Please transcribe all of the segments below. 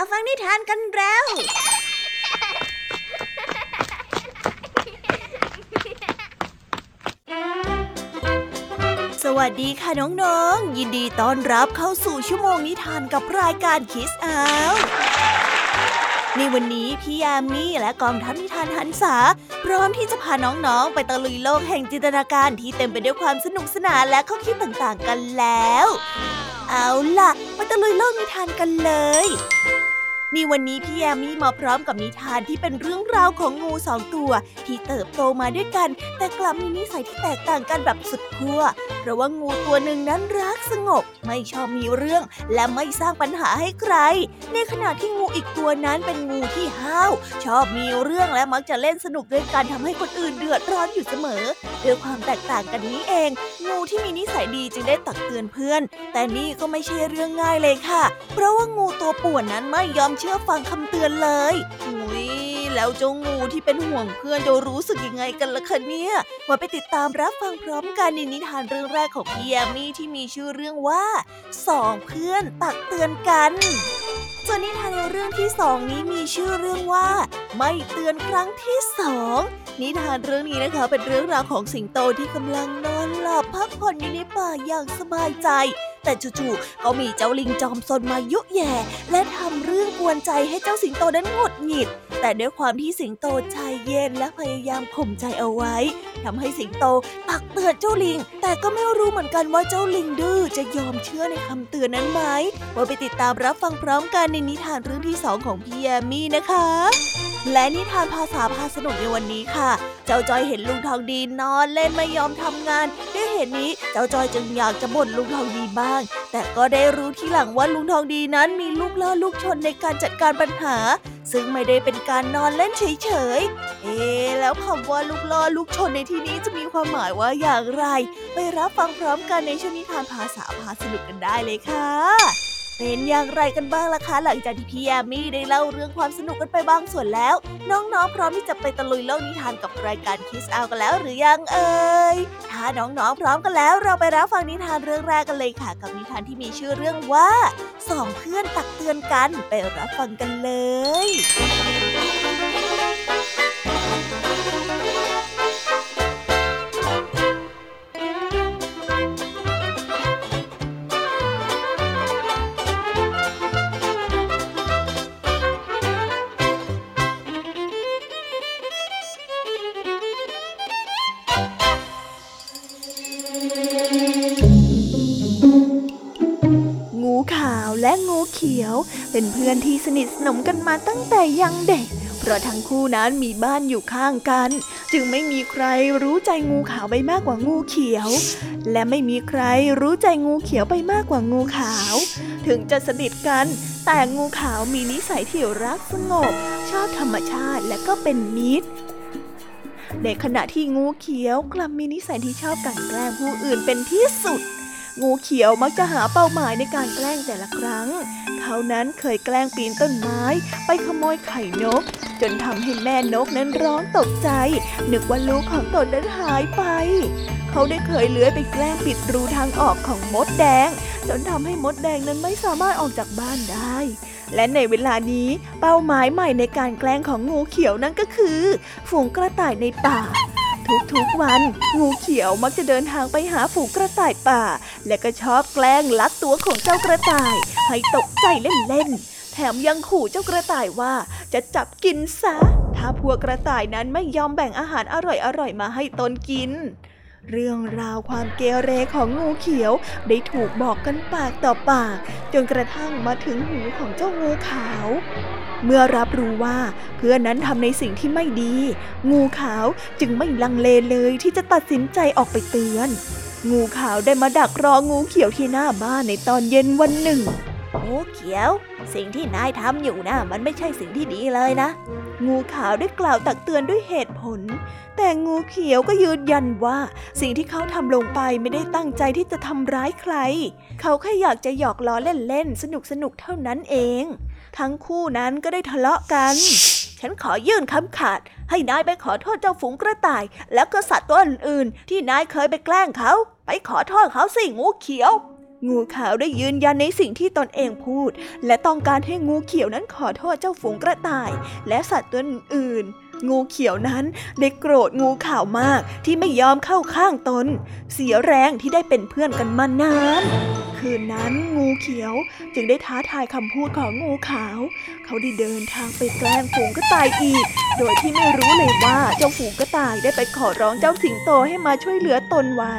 ฟังนิทานกันแล้ว สวัสดีค่ะน้องๆยินดีต้อนรับเข้าสู่ชั่วโมงนิทานกับรายการ Kids Hour ในวันนี้พี่ยามีและกองทัพนิทานหันษาพร้อมที่จะพาน้องๆไปตะลุยโลกแห่งจินตนาการที่เต็มไปด้วยความสนุกสนานและข้อคิดต่างๆกันแล้วเอาล่ะมาตะลุยโลกนิทานกันเลยในวันนี้พี่แยมมี่มาพร้อมกับนิทานที่เป็นเรื่องราวของงูสองตัวที่เติบโตมาด้วยกันแต่กลับมีนิสัยที่แตกต่างกันแบบสุดขั้วเพราะว่างูตัวหนึ่งนั้นรักสงบไม่ชอบมีเรื่องและไม่สร้างปัญหาให้ใครในขณะที่งูอีกตัวนั้นเป็นงูที่ห้าวชอบมีเรื่องและมักจะเล่นสนุกด้วยการทำให้คนอื่นเดือดร้อนอยู่เสมอด้วยความแตกต่างกันนี้เองงูที่มีนิสัยดีจึงได้ตักเตือนเพื่อนแต่นี่ก็ไม่ใช่เรื่องง่ายเลยค่ะเพราะว่างูตัวป่วนนั้นไม่ยอมเชื่อฟังคำเตือนเลยแล้วเจ้างูที่เป็นห่วงเพื่อนจะรู้สึกยังไงกันล่ะคะเนี่ยมาไปติดตามรับฟังพร้อมกันในนิทานเรื่องแรกของพี่แยมมี่ที่มีชื่อเรื่องว่าสองเพื่อนตักเตือนกันส่วนนิทานในเรื่องที่สองนี้มีชื่อเรื่องว่าไม่เตือนครั้งที่สองนิทานเรื่องนี้นะคะเป็นเรื่องราวของสิงโตที่กำลังนอนหลับพักผ่อนอยู่ในป่าอย่างสบายใจแต่จู่ๆก็มีเจ้าลิงจอมซนมายุแย่และทำเรื่องกวนใจให้เจ้าสิงโตนั้นหงุดหงิดแต่ด้วยความที่สิงโตใจเย็นและพยายามข่มใจเอาไว้ทำให้สิงโตตักเตือนเจ้าลิงแต่ก็ไม่รู้เหมือนกันว่าเจ้าลิงดื้อจะยอมเชื่อในคำเตือนนั้นไหมมาไปติดตามรับฟังพร้อมกันในนิทานเรื่องที่สองของพี่แยมมี่นะคะและนิทานภาษาพาสนุกในวันนี้ค่ะเจ้าจอยเห็นลุงทองดีนอนเล่นไม่ยอมทำงานด้วยเหตุนี้เจ้าจอยจึงอยากจะบ่นลุงทองดีบ้างแต่ก็ได้รู้ทีหลังว่าลุงทองดีนั้นมีลูกล่อลูกชนในการจัดการปัญหาซึ่งไม่ได้เป็นการนอนเล่นเฉยๆแล้วคำว่าลูกล่อลูกชนในที่นี้จะมีความหมายว่าอย่างไรไปรับฟังพร้อมกันในช่วงนิทานภาษาพาสนุกกันได้เลยค่ะเป็นอย่างไรกันบ้างล่ะคะหลังจากที่พี่แยมมี่ได้เล่าเรื่องความสนุกกันไปบางส่วนแล้วน้องๆพร้อมที่จะไปตะลุยโลกนิทานกับรายการ Kids Hour กันแล้วหรือยังเอ่ยถ้าน้องๆพร้อมกันแล้วเราไปรับฟังนิทานเรื่องแรกกันเลยค่ะกับนิทานที่มีชื่อเรื่องว่าสองเพื่อนตักเตือนกันไปรับฟังกันเลยและงูเขียวเป็นเพื่อนที่สนิทสนมกันมาตั้งแต่ยังเด็กเพราะทั้งคู่นั้นมีบ้านอยู่ข้างกันจึงไม่มีใครรู้ใจงูขาวไปมากกว่างูเขียวและไม่มีใครรู้ใจงูเขียวไปมากกว่างูขาวถึงจะสนิทกันแต่งูขาวมีนิสัยที่รักสงบชอบธรรมชาติและก็เป็นมิตรในขณะที่งูเขียวกลับมีนิสัยที่ชอบกลั่นแกล้งผู้อื่นเป็นที่สุดงูเขียวมักจะหาเป้าหมายในการแกล้งแต่ละครั้งเขานั้นเคยแกล้งปีนต้นไม้ไปขโมยไข่นกจนทำให้แม่นกนั้นร้องตกใจนึกว่าลูกของตนนั้นหายไปเขาได้เคยเลื้อยไปแกล้งปิดรูทางออกของมดแดงจนทำให้มดแดงนั้นไม่สามารถออกจากบ้านได้และในเวลานี้เป้าหมายใหม่ในการแกล้งของงูเขียวนั้นก็คือฝูงกระต่ายในป่าทุกๆวันงูเขียวมักจะเดินทางไปหาฝูงกระต่ายป่าและก็ชอบแกล้งลักตัวของเจ้ากระต่ายให้ตกใจเล่นๆแถมยังขู่เจ้ากระต่ายว่าจะจับกินซะถ้าพวกกระต่ายนั้นไม่ยอมแบ่งอาหารอร่อยๆมาให้ตนกินเรื่องราวความเกเรของงูเขียวได้ถูกบอกกันปากต่อปากจนกระทั่งมาถึงหูของเจ้างูขาวเมื่อรับรู้ว่าเพื่อนนั้นทำในสิ่งที่ไม่ดีงูขาวจึงไม่ลังเลเลยที่จะตัดสินใจออกไปเตือนงูขาวได้มาดักรองูเขียวที่หน้าบ้านในตอนเย็นวันหนึ่งงูเขียวสิ่งที่นายทำอยู่นะมันไม่ใช่สิ่งที่ดีเลยนะงูขาวได้กล่าวตักเตือนด้วยเหตุผลแต่งูเขียวก็ยืนยันว่าสิ่งที่เขาทำลงไปไม่ได้ตั้งใจที่จะทำร้ายใครเขาแค่อยากจะหยอกล้อเล่นๆสนุกเท่านั้นเองทั้งคู่นั้นก็ได้ทะเลาะกันฉันขอยื่นคำขาดให้นายไปขอโทษเจ้าฝูงกระต่ายและก็สัตว์ตัวอื่นๆที่นายเคยไปแกล้งเขาไปขอโทษเขาสิงูเขียวงูขาวได้ยืนยันในสิ่งที่ตนเองพูดและต้องการให้งูเขียวนั้นขอโทษเจ้าฝูงกระต่ายและสัตว์ตัวอื่นๆงูเขียวนั้นได้โกรธงูขาวมากที่ไม่ยอมเข้าข้างตนเสียแรงที่ได้เป็นเพื่อนกันมานานคืนนั้นงูเขียวจึงได้ท้าทายคำพูดของงูขาวเขาได้เดินทางไปแกล้งฝูงกระต่ายอีกโดยที่ไม่รู้เลยว่าเจ้าฝูงกระต่ายได้ไปขอร้องเจ้าสิงโตให้มาช่วยเหลือตนไว้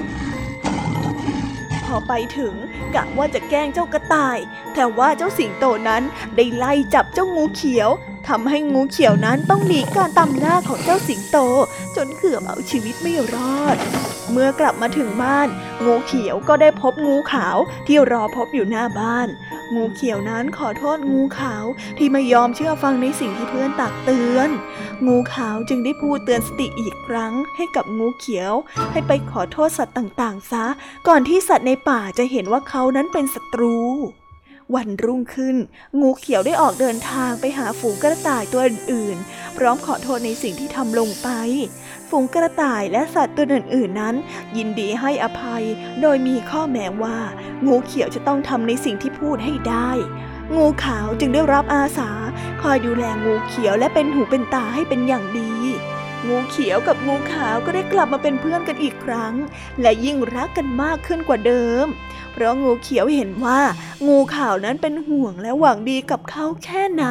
พอไปถึงกะว่าจะแกล้งเจ้ากระต่ายแต่ว่าเจ้าสิงโตนั้นได้ไล่จับเจ้างูเขียวทำให้งูเขียวนั้นต้องหนีการตำหน้าของเจ้าสิงโตจนเกือบเอาชีวิตไม่รอดเมื่อกลับมาถึงบ้านงูเขียวก็ได้พบงูขาวที่รอพบอยู่หน้าบ้านงูเขียวนั้นขอโทษงูขาวที่ไม่ยอมเชื่อฟังในสิ่งที่เพื่อนตักเตือนงูขาวจึงได้พูดเตือนสติอีกครั้งให้กับงูเขียวให้ไปขอโทษสัตว์ต่างๆซะก่อนที่สัตว์ในป่าจะเห็นว่าเขานั้นเป็นศัตรูวันรุ่งขึ้นงูเขียวได้ออกเดินทางไปหาฝูงกระต่ายตัวอื่นๆพร้อมขอโทษในสิ่งที่ทำลงไปฝูงกระต่ายและสัตว์ตัวอื่นๆนั้นยินดีให้อภัยโดยมีข้อแม้ว่างูเขียวจะต้องทำในสิ่งที่พูดให้ได้งูขาวจึงได้รับอาสาคอยดูแลงูเขียวและเป็นหูเป็นตาให้เป็นอย่างดีงูเขียวกับงูขาวก็ได้กลับมาเป็นเพื่อนกันอีกครั้งและยิ่งรักกันมากขึ้นกว่าเดิมเพราะงูเขียวเห็นว่างูขาวนั้นเป็นห่วงและหวังดีกับเขาแค่ไหน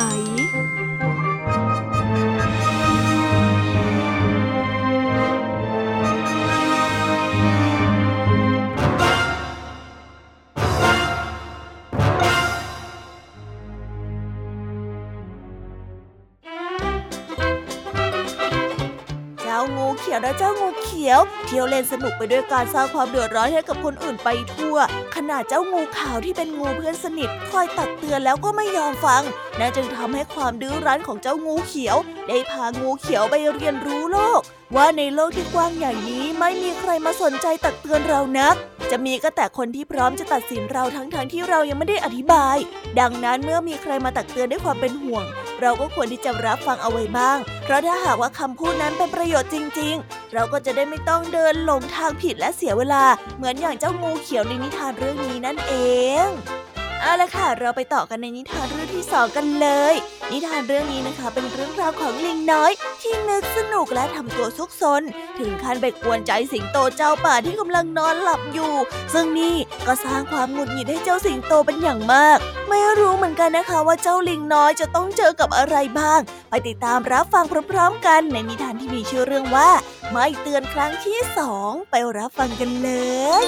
งูเขียวและเจ้างูเขียวเที่ยวเล่นสนุกไปด้วยการสร้างความเดือดร้อนให้กับคนอื่นไปทั่วขณะเจ้างูขาวที่เป็นงูเพื่อนสนิทคอยตักเตือนแล้วก็ไม่ยอมฟังนั่นจึงทำให้ความดื้อรั้นของเจ้างูเขียวได้พางูเขียวไปเรียนรู้โลกว่าในโลกที่กว้างใหญ่นี้ไม่มีใครมาสนใจตักเตือนเรานักจะมีก็แต่คนที่พร้อมจะตัดสินเราทั้งที่เรายังไม่ได้อธิบายดังนั้นเมื่อมีใครมาตักเตือนด้วยความเป็นห่วงเราก็ควรที่จะรับฟังเอาไว้บ้างเพราะถ้าหากว่าคำพูดนั้นเป็นประโยชน์จริงๆเราก็จะได้ไม่ต้องเดินหลงทางผิดและเสียเวลาเหมือนอย่างเจ้างูเขียวในนิทานเรื่องนี้นั่นเองเอาล่ะค่ะเราไปต่อกันในนิทานเรื่องที่2กันเลยนิทานเรื่องนี้นะคะเป็นเรื่องราวของลิงน้อยที่นึกสนุกและทำตัวซุกซนถึงขั้นไปกวนใจสิงโตเจ้าป่าที่กำลังนอนหลับอยู่ซึ่งนี่ก็สร้างความหงุดหงิดให้เจ้าสิงโตเป็นอย่างมากไม่รู้เหมือนกันนะคะว่าเจ้าลิงน้อยจะต้องเจอกับอะไรบ้างไปติดตามรับฟังพร้อมๆกันในนิทานที่มีชื่อเรื่องว่าไม่เตือนครั้งที่2ไปรับฟังกันเลย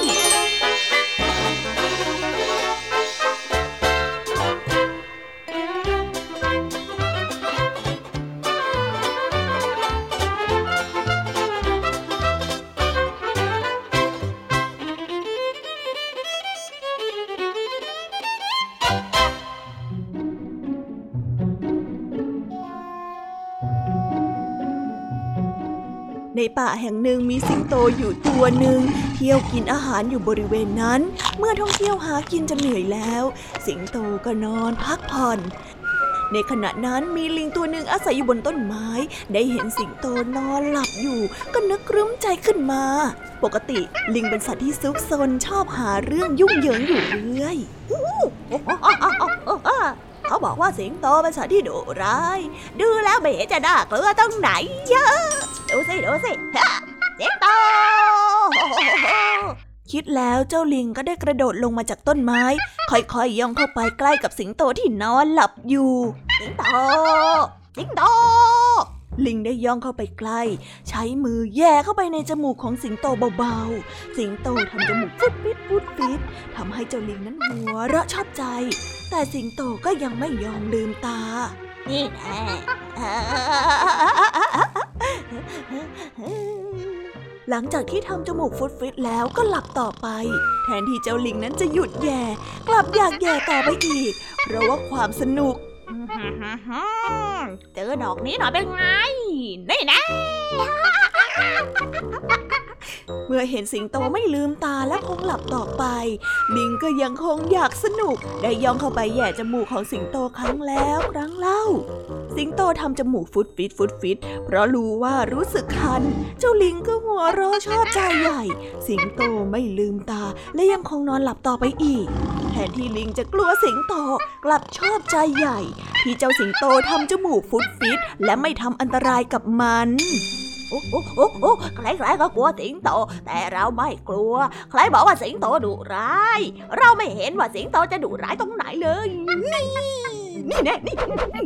ในป่าแห่งหนึ่งมีสิงโตอยู่ตัวหนึ่งเที่ยวกินอาหารอยู่บริเวณนั้นเมื่อท่องเที่ยวหากินจนเหนื่อยแล้วสิงโตก็นอนพักผ่อนในขณะนั้นมีลิงตัวหนึ่งอาศัยอยู่บนต้นไม้ได้เห็นสิงโตนอนหลับอยู่ก็นึกครึ้มใจขึ้นมาปกติลิงเป็นสัตว์ที่ซุกซนชอบหาเรื่องยุ่งเหยิงอยู่เรื่อยเขาบอกว่าสิงโตเป็นสัตว์ที่ดุร้ายดูแล้วไม่เห็นจะน่ากลัวตรงไหนเยอะดูสิสิงโตคิดแล้วเจ้าลิงก็ได้กระโดดลงมาจากต้นไม้ค่อยๆย่องเข้าไปใกล้กับสิงโตที่นอนหลับอยู่สิงโตลิงได้ย่องเข้าไปใกล้ใช้มือแย่เข้าไปในจมูกของสิงโตเบาๆสิงโตทำจมูกฟุดฟิดทำให้เจ้าลิงนั้นหัวเราะชอบใจแต่สิงโตก็ยังไม่ยอมลืมตานี่แน่หลังจากที่ทำจมูกฟุดฟิตแล้วก็หลับต่อไปแทนที่เจ้าลิงนั้นจะหยุดแย่กลับอยากแย่ต่อไปอีกเพราะว่าความสนุกเจอดอกนี้หน่อยเป็นไงนี่นะเมื่อเห็นสิงโตไม่ลืมตาและคงหลับต่อไปลิงก็ยังคงอยากสนุกได้ย่องเข้าไปแหย่จมูกของสิงโตครั้งแล้วครั้งเล่าสิงโตทำจมูกฟุดฟิตฟุดฟิตเพราะรู้ว่ารู้สึกคันเจ้าลิงก็หัวเราะชอบใจใหญ่สิงโตไม่ลืมตาและยังคงนอนหลับต่อไปอีกแทนที่ลิงจะกลัวสิงโตกลับชอบใจใหญ่ที่เจ้าสิงโตทำจมูกฟุดฟิตและไม่ทำอันตรายกับมันโอ้ใครๆก็กลัวสิงโตแต่เราไม่กลัวใครบอกว่าสิงโตดุร้ายเราไม่เห็นว่าสิงโตจะดุร้ายตรงไหนเลยนี่แน่นี่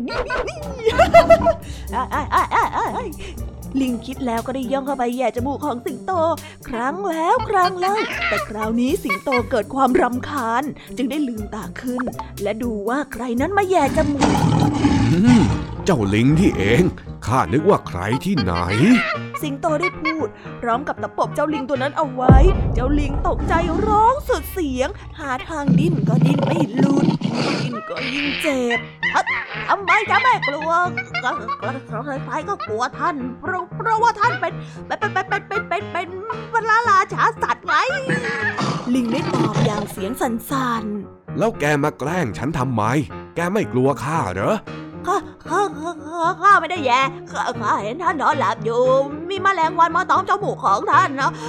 ลิงคิดแล้วก็ได้ย่องเข้าไปแย่จมูกของสิงโตครั้งแล้วครั้งเล่าแต่คราวนี้สิงโตเกิดความรำคาญจึงได้ลืมตาขึ้นและดูว่าใครนั้นมาแย่จมูกเจ้าลิงที่เองข้านึกว่าใครที่ไหนสิงโตได้พูดพร้อมกับตะปบเจ้าลิงตัวนั้นเอาไว้เจ้าลิงตกใจร้องสุดเสียงหาทางดิ้นก็ดิ้นไม่หลุดดิ้นก็ยิ่งเจ็บทำไมจะไม่กลัวใครก็กลัวท่านเพราะว่าท่านเป็นราชาสัตว์ไงลิงได้ตอบอย่างเสียงสั่นๆแล้วแกมาแกล้งฉันทำไมแกไม่กลัวข้าเหรอข้าไม่ได้แย่ข้าเห็นท่านนอนหลับอยู่มีแมลงวันมาตอมจมูกของท่านนะ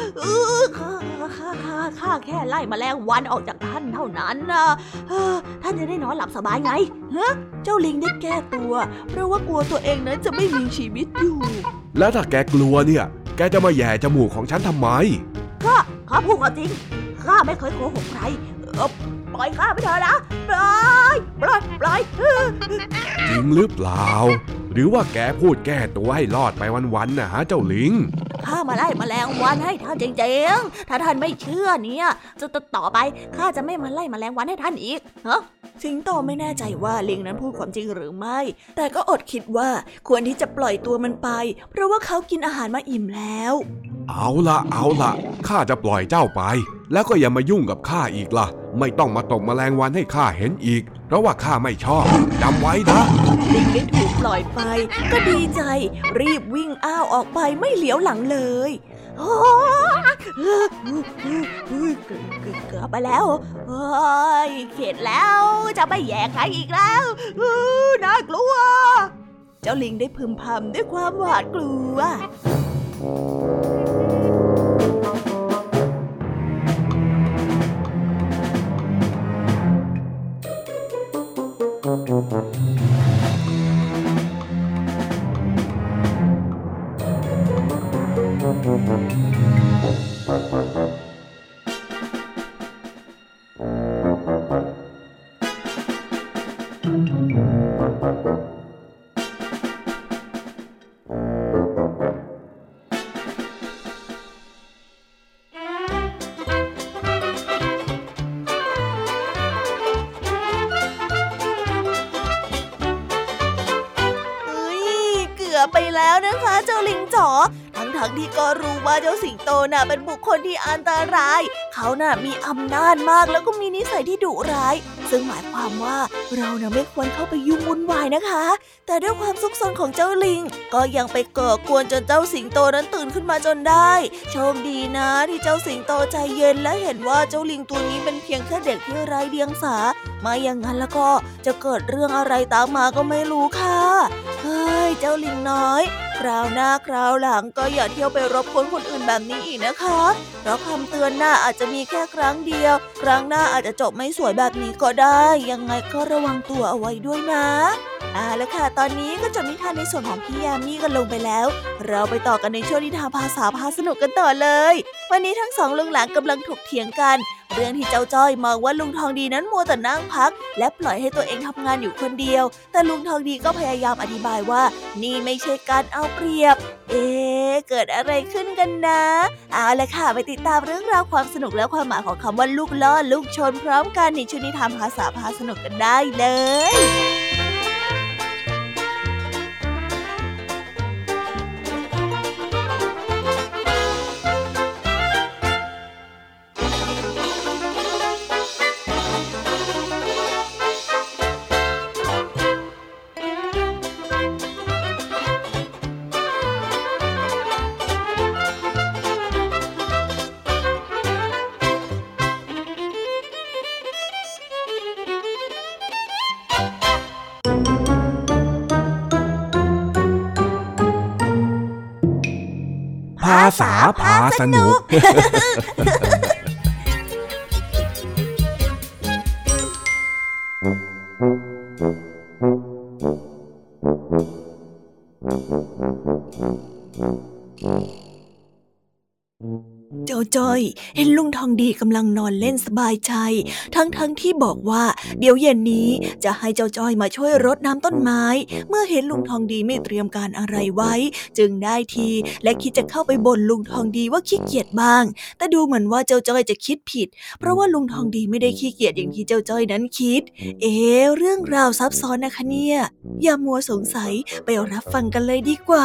ข้าแค่ไล่แมลงวันออกจากท่านเท่านั้นนะท่านจะได้นอนหลับสบายไงเจ้าลิงได้แก้ตัวเพราะว่ากลัวตัวเองนั้นจะไม่มีชีวิตอยู่แล้วถ้าแกกลัวเนี่ยแกจะมาแย่จมูกของฉันทำไมข้าพูดความจริงข้าไม่เคยโกหกใครปล่อยข้าไปเถอะนะปล่อยจริงหรือเปล่าหรือว่าแกพูดแก้ตัวให้รอดไปวันๆนะฮะเจ้าลิงข้ามาไล่แมลงวันให้ท่านจริงๆถ้าท่านไม่เชื่อเนี่ยจะต่อไปข้าจะไม่มาไล่แมลงวันให้ท่านอีกสิงโตไม่แน่ใจว่าลิงนั้นพูดความจริงหรือไม่แต่ก็อดคิดว่าควรที่จะปล่อยตัวมันไปเพราะว่าเขากินอาหารมาอิ่มแล้วเอาล่ะข้าจะปล่อยเจ้าไปแล้วก็อย่ามายุ่งกับข้าอีกล่ะไม่ต้องมาตกแมลงวันให้ข้าเห็นอีกเพราะว่าข้าไม่ชอบจำไว้นะลิงได้ถูกปล่อยไปก็ดีใจรีบวิ่งอ้าวออกไปไม่เหลียวหลังเลยเกือบไปแล้วเข็ดแล้วจะไม่แย่ใครอีกแล้วน่ากลัวเจ้าลิงได้พึมพำด้วยความหวาดกลัวไปแล้วนะคะเจ้าลิงจ๋อทั้งที่ก็รู้ว่าเจ้าสิงโตน่ะเป็นบุคคลที่อันตรายเขาน่ะมีอำนาจมากแล้วก็มีนิสัยที่ดุร้ายซึ่งหมายความว่าเราน่ะไม่ควรเข้าไปยุ่งวุ่นวายนะคะแต่ด้วยความซุกซนของเจ้าลิงก็ยังไปก่อกวนจนเจ้าสิงโตนั้นตื่นขึ้นมาจนได้โชคดีนะที่เจ้าสิงโตใจเย็นและเห็นว่าเจ้าลิงตัวนี้เป็นเพียงแค่เด็กที่ไร้เดียงสาไม่อย่างนั้นแล้วก็จะเกิดเรื่องอะไรตามมาก็ไม่รู้ค่ะเฮ้ยเจ้าลิงน้อยคราวหน้าคราวหลังก็อย่าเที่ยวไปรบกวนคนอื่นแบบนี้อีกนะคะเพราะคำเตือนหน้าอาจจะมีแค่ครั้งเดียวครั้งหน้าอาจจะจบไม่สวยแบบนี้ก็ได้ยังไงก็ระวังตัวเอาไว้ด้วยนะแล้วค่ะตอนนี้ก็จบนิทานในส่วนของพี่ยามีกันลงไปแล้วเราไปต่อกันในช่วงนิทานภาษาพาสนุกกันต่อเลยวันนี้ทั้งสองลุงหลานกำลังถกเถียงกันเรื่องที่เจ้าจ้อยมองว่าลุงทองดีนั้นมัวแต่นั่งพักและปล่อยให้ตัวเองทำงานอยู่คนเดียวแต่ลุงทองดีก็พยายามอธิบายว่านี่ไม่ใช่การเอาเปรียบเกิดอะไรขึ้นกันนะเอาล่ะค่ะไปติดตามเรื่องราวความสนุกและความหมายของคำว่าลูกล่อลูกชนพร้อมกันในช่วงนิทานภาษาพาสนุกกันได้เลยษาพาสนุกเจ้าจ้อยเห็นลุงทองดีกำลังนอนเล่นสบายใจทั้งที่บอกว่าเดี๋ยวเย็นนี้จะให้เจ้าจ้อยมาช่วยรดน้ำต้นไม้เมื่อเห็นลุงทองดีไม่เตรียมการอะไรไว้จึงได้ทีและคิดจะเข้าไปบ่นลุงทองดีว่าขี้เกียจบ้างแต่ดูเหมือนว่าเจ้าจ้อยจะคิดผิดเพราะว่าลุงทองดีไม่ได้ขี้เกียจอย่างที่เจ้าจ้อยนั้นคิดเรื่องราวซับซ้อนนะคะเนี่ยอย่ามัวสงสัยไปรับฟังกันเลยดีกว่า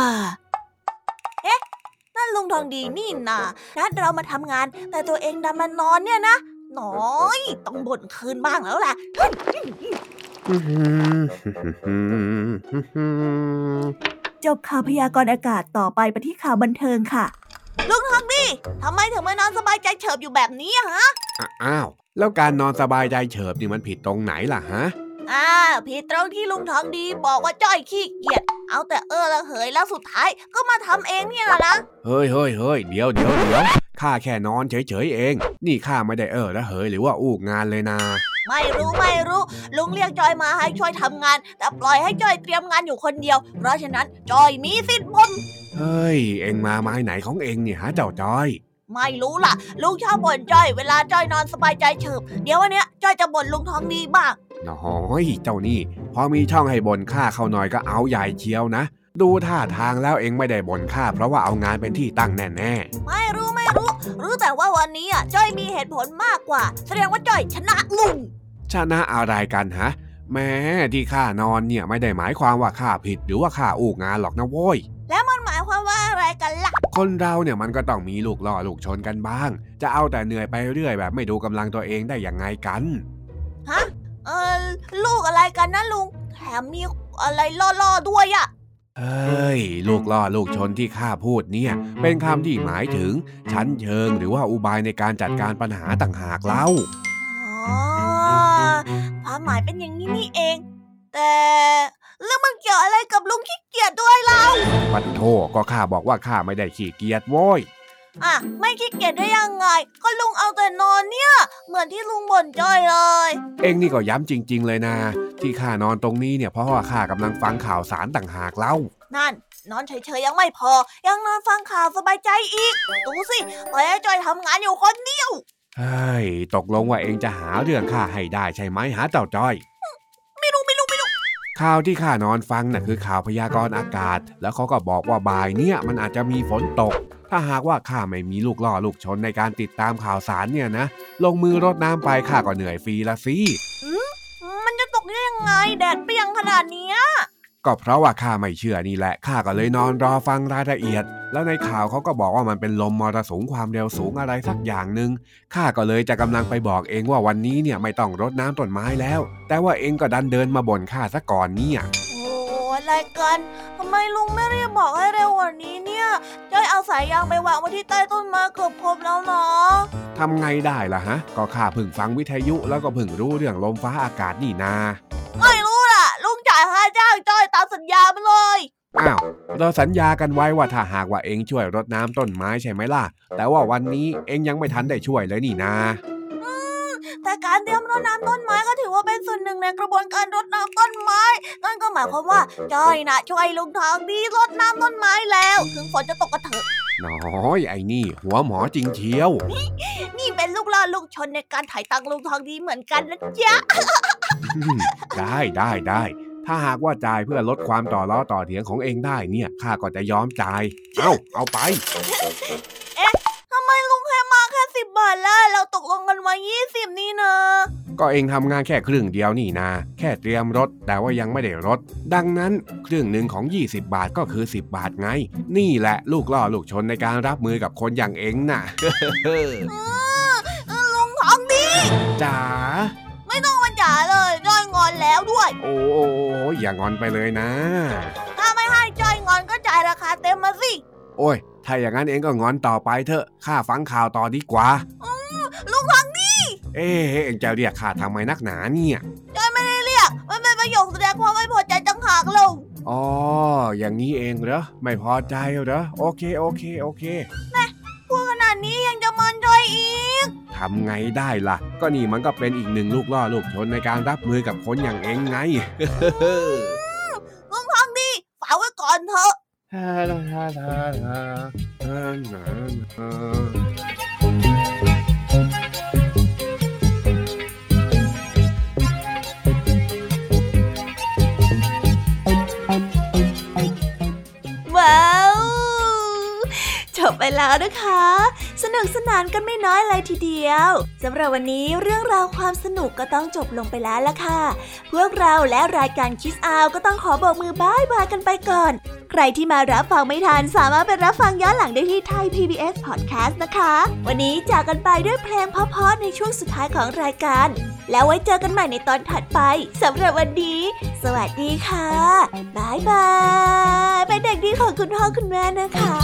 นั่นลุงทองดีนี่นานัดเรามาทำงานแต่ตัวเองดันมานอนเนี่ยนะน้อยต้องบ่นคืนบ้างแล้วล่ะจบข่าวพยากรณ์อากาศต่อไปที่ข่าวบันเทิงค่ะลุงทองดีทำไมถึงไม่นอนสบายใจเฉิบอยู่แบบนี้ฮะอ้าวแล้วการนอนสบายใจเฉิบนี่มันผิดตรงไหนล่ะฮะผิดตรงที่ลุงทองดีบอกว่าจ้อยขี้เกียจเอาแต่ละเหยแล้วสุดท้ายก็มาทำเองเนี่ยนะเฮ้ยเดี๋ยวข้าแค่นอนเฉยๆเองนี่ข้าไม่ได้ละเหยหรือว่าอูกงานเลยนะไม่รู้ลุงเรียกจ้อยมาให้ช่วยทำงานแต่ปล่อยให้จ้อยเตรียมงานอยู่คนเดียวเพราะฉะนั้นจ้อยมีสิทธิ์บ่นเฮ้ยเอ็งมาไม้ไหนของเอ็งเนี่ยฮะเจ้าจ้อยไม่รู้ล่ะลุงชอบบ่นจ้อยเวลาจ้อยนอนสบายใจเฉิบเดี๋ยววันเนี้ยจ้อยจะบ่นลุงทองดีบ้างน้อยเจ้านี่พอมีช่องให้บ่นข้าเข้าหน่อยก็เอาใหญ่เชียวนะดูท่าทางแล้วเอ็งไม่ได้บ่นข้าเพราะว่าเอางานเป็นที่ตั้งแน่ๆไม่รู้แต่ว่าวันนี้จ้อยมีเหตุผลมากกว่าแสดงว่าจ้อยชนะลุงชนะอะไรกันฮะแม้ที่ข้านอนเนี่ยไม่ได้หมายความว่าข้าผิดหรือว่าข้าอู่งานหรอกนะโว้ยแล้วมันหมายความว่าอะไรกันล่ะคนเราเนี่ยมันก็ต้องมีลูกล่อลูกชนกันบ้างจะเอาแต่เหนื่อยไปเรื่อยแบบไม่ดูกำลังตัวเองได้ยังไงกันฮะลูกอะไรกันนะลุงแถมมีอะไรล่อด้วยอ่ะเฮ้ยลูกล่อลูกชนที่ข้าพูดเนี่ยเป็นคำที่หมายถึงชั้นเชิงหรือว่าอุบายในการจัดการปัญหาต่างหากเล่าความหมายเป็นอย่างนี้นี่เองแต่เรื่องมันเกี่ยวอะไรกับลุงขี้เกียจด้วยเล่าปัดโธ่ก็ข้าบอกว่าข้าไม่ได้ขี้เกียจโว้ยไม่ขี้เกียจได้ยังไงก็ลุงเอาแต่นอนเนี่ยเหมือนที่ลุงบ่นจ้อยเลยเอ็งนี่ก็ย้ำจริงๆเลยนะที่ข้านอนตรงนี้เนี่ยเพราะว่าข้ากำลังฟังข่าวสารต่างหากเล่านั่นนอนเฉยๆยังไม่พอยังนอนฟังข่าวสบายใจอีกดูสิปล่อยให้จ้อยทำงานอยู่คนเดียวเฮ้ยตกลงว่าเอ็งจะหาเรื่องข้าให้ได้ใช่ไหมหาเจ้าจ้อยไม่รู้ข่าวที่ข้านอนฟังน่ะคือข่าวพยากรณ์อากาศแล้วเขาก็บอกว่าบ่ายเนี่ยมันอาจจะมีฝนตกถ้าหากว่าข้าไม่มีลูกล่อลูกชนในการติดตามข่าวสารเนี่ยนะลงมือรดน้ำไปข้าก็เหนื่อยฟรีละสิมันจะตกได้ยังไงแดดเปรี้ยงขนาดนี้ก็เพราะว่าข้าไม่เชื่อนี่แหละข้าก็เลยนอนรอฟังรายละเอียดแล้วในข่าวเขาก็บอกว่ามันเป็นลมมรสุมความเร็วสูงอะไรสักอย่างนึงข้าก็เลยจะกำลังไปบอกเองว่าวันนี้เนี่ยไม่ต้องรดน้ำต้นไม้แล้วแต่ว่าเองก็ดันเดินมาบ่นข้าซะก่อนเนี่ยอะไรกันทำไมลุงไม่รีบบอกให้เร็วกว่านี้เนี่ยจ้อยเอาสายยางไปวางไว้ที่ใต้ต้นไม้เกือบครบแล้วเนาะทำไงได้ล่ะฮะก็ข้าเพิ่งฟังวิทยุแล้วก็เพิ่งรู้เรื่องลมฟ้าอากาศนี่นาไม่รู้ล่ะลุงจ่ายค่าจ้างจ้อยตามสัญญาไปเลยอ้าวเราสัญญากันไว้ว่าถ้าหากว่าเองช่วยรดน้ำต้นไม้ใช่ไหมล่ะแต่ว่าวันนี้เองยังไม่ทันได้ช่วยเลยนี่นาแต่การเตรียมรดน้ำต้นไม้ก็ถือว่าเป็นส่วนหนึ่งในกระบวนการรดน้ำต้นไม้นั่นก็หมายความว่าจ้อยนะช่วยลุงทองดีรดน้ำต้นไม้แล้วถึงฝนจะตกก็เถอะน้อยไอ้นี่หัวหมอจริงเชียวนี่เป็นลูกล่อลูกชนในการถ่ายตังลุงทองดีเหมือนกันนะจ๊ะได้ถ้าหากว่าจ่ายเพื่อลดความต่อล้อต่อเถียงของเองได้เนี่ยข้าก็จะยอมจ่ายเอาไปทำไมลุงให้มาแค่10 บาทล่ะเราตกลงกันไว้20นี่นะก็เองทำงานแค่ครึ่งเดียวนี่นาแค่เตรียมรถแต่ว่ายังไม่ได้รถดังนั้นครึ่งหนึ่งของ20 บาทก็คือ10 บาทไงนี่แหละลูกล่อลูกชนในการรับมือกับคนอย่างเองน่ะลุงทองดีจ๋าไม่ต้องมาจ๋าเลยจ้อยงอนแล้วด้วยโอ้อย่างอนไปเลยนะถ้าไม่ให้จ้อยงอนก็จ่ายราคาเต็มมาสิโอ้ยถ้าอย่างนั้นเองก็งอนต่อไปเถอะข้าฟังข่าวต่อดีกว่าลุงทองดีเองจะเรียกข้าทำไมนักหนาเนี่ยจ้อยไม่ได้เรียกมันเป็นประโยคแสดงความไม่พอใจจังหากลุงอ๋อออย่างนี้เองเหรอไม่พอใจเหรอโอเคแม่พูดขนาดนี้ยังจะเมินด้วยอีกทำไงได้ล่ะก็นี่มันก็เป็นอีกหนึ่งลูกล่อลูกชนในการรับมือกับคนอย่างเองไงมึงฟังดิฝากไว้ก่อนเถอะว้าวจบไปแล้วนะคะสนุกสนานกันไม่น้อยเลยทีเดียวสำหรับวันนี้เรื่องราวความสนุกก็ต้องจบลงไปแล้วล่ะค่ะพวกเราและรายการ Kids Out ก็ต้องขอบอกมือบ๊ายบายกันไปก่อนใครที่มารับฟังไม่ทันสามารถไปรับฟังย้อนหลังได้ที่ Thai PBS Podcast นะคะวันนี้จากกันไปด้วยเพลงเพราะๆในช่วงสุดท้ายของรายการแล้วไว้เจอกันใหม่ในตอนถัดไปสำหรับวันนี้สวัสดีค่ะบ๊ายบายเป็นเด็กดีของคุณพ่อคุณแม่นะคะ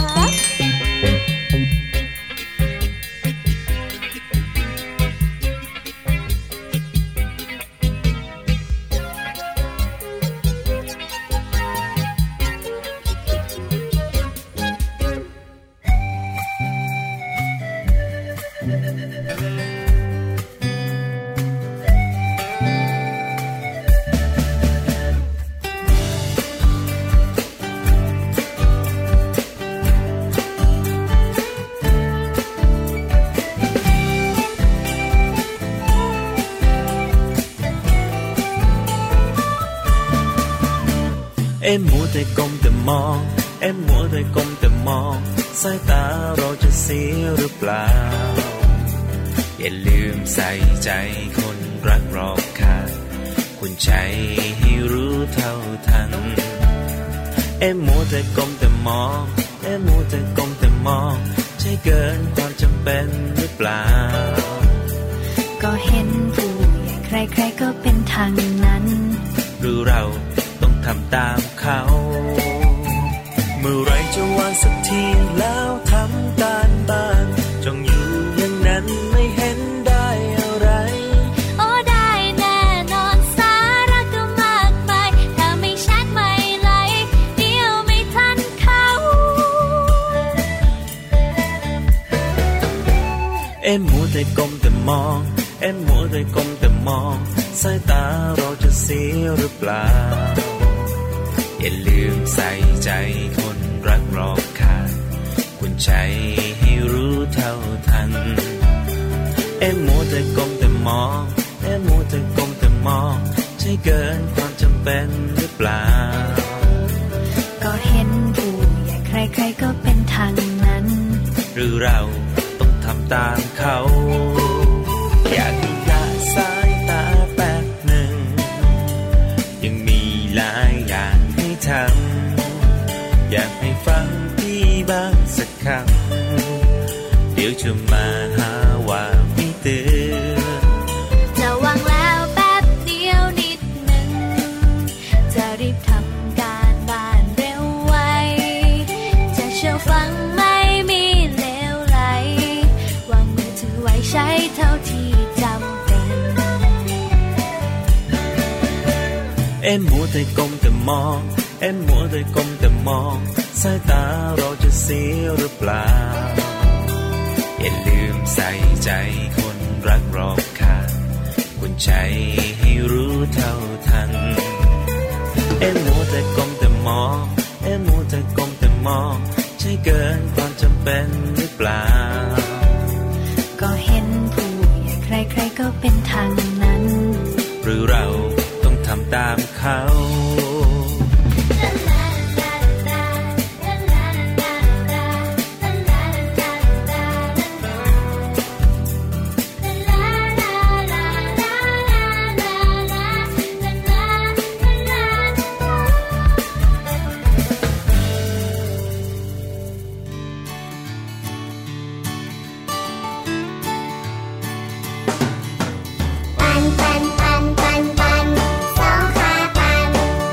มัวแต่ก้มแต่มองมัวแต่ก้มแต่มองสายตาเราจะเสียหรือเปล่าอย่าลืมใส่ใจคนรักรอบข้างคุณใจให้รู้เท่าทันมัวแต่ก้มแต่มองมัวแต่ก้มแต่มองใช่เกินความจำเป็นหรือเปล่าก็เห็นผู้ใหญ่ใครๆก็เป็นทางนั้นหรือเราต้องทำตามเขาเมื่อไรจะวางสักทีแล้วทำการบ้านจ้องอยู่อย่างนั้นไม่เห็นได้อะไรโอ้ได้แน่นอนสาระก็มากมายถ้าไม่แชทไม่ไลค์เดี๋ยวไม่ทันเขามัวแต่ก้มแต่มองมัวแต่ก้มแต่มองสายตาเราจะเสียหรือเปล่าอย่าลืมใส่ใจคนรักรอบข้างคุณใจให้รู้เท่าทันมัวแต่ก้มแต่มองมัวแต่ก้มแต่มองใช่เกินความจำเป็นหรือเปล่าก็เห็นผู้ใหญ่ใครๆก็เป็นทางนั้นหรือเราต้องทำตามเขาอยากให้ละสายตาแป๊บหนึ่งยังมีหลายอย่างให้ทำอยากให้ฟังพี่บ้างสักคำเดี๋ยวจะมาหาว่าไม่เตือนจะวางแล้วแป๊บเดียวนิดหนึ่งจะรีบทำการบ้านเร็วไวจะเชื่อฟังไม่มีเลวไหลวางมือถือไว้ใช้เท่าที่จำเป็นมัวแต่ก้มแต่มองมัวแต่ก้มแต่มองสายตาเราจะเสียหรือเปล่าอย่าลืมใส่ใจคนรักรอบข้างคุณใจให้รู้เท่าทันมัวแต่ก้มแต่มองมัวแต่ก้มแต่มองใช่เกินความจำเป็นหรือเปล่าก็เห็นผู้ใหญ่ใครๆก็เป็นทางนั้นหรือเราต้องทำตามเขาปันปันปันปันปันสองขาปัน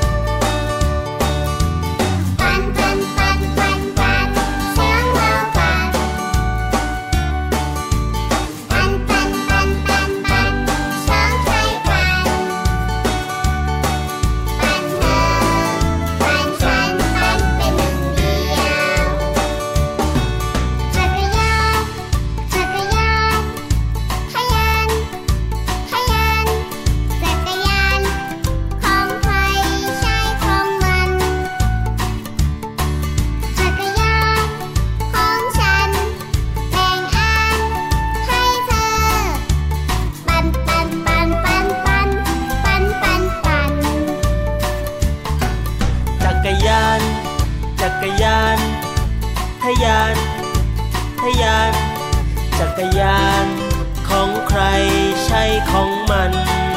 กรยานของใครใช่ของมัน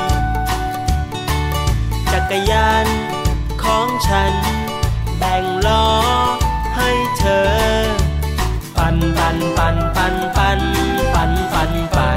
จักรยานของฉันแบ่งล้อให้เธอปั่นปั่นปั่นปั่นปั่นปั่นปั่นปั่น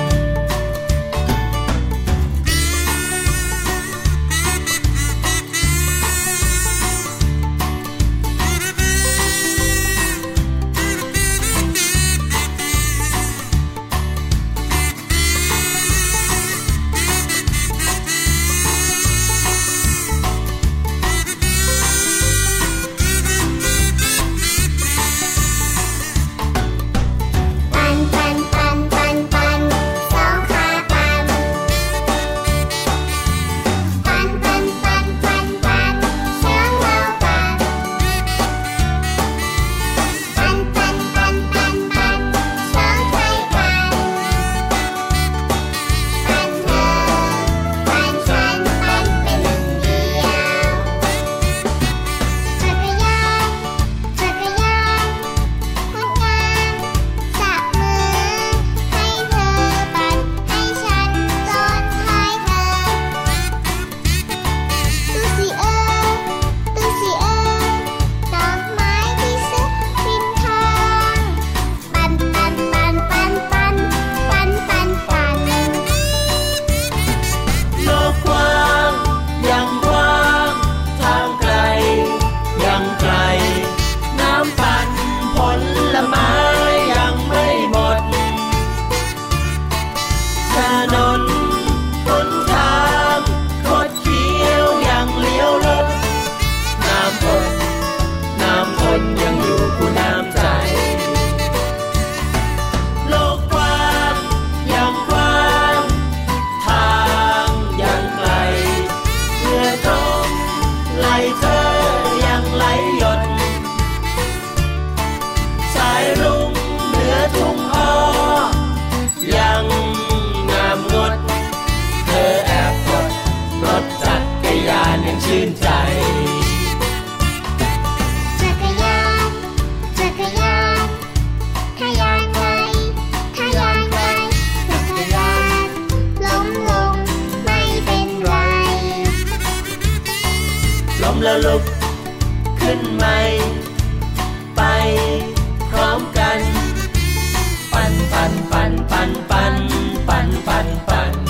ชื่นใจจักรยานจักรยานถ้ายานไกลถ้ายานไกลจักรยานล้มลงไม่เป็นไรล้มแล้วลุกขึ้นใหม่ไปพร้อมกันปั่นปั่นปั่นปั่นปั่นปั่นปั่นปั่น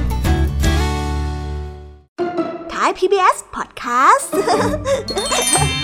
Thai PBS Podcast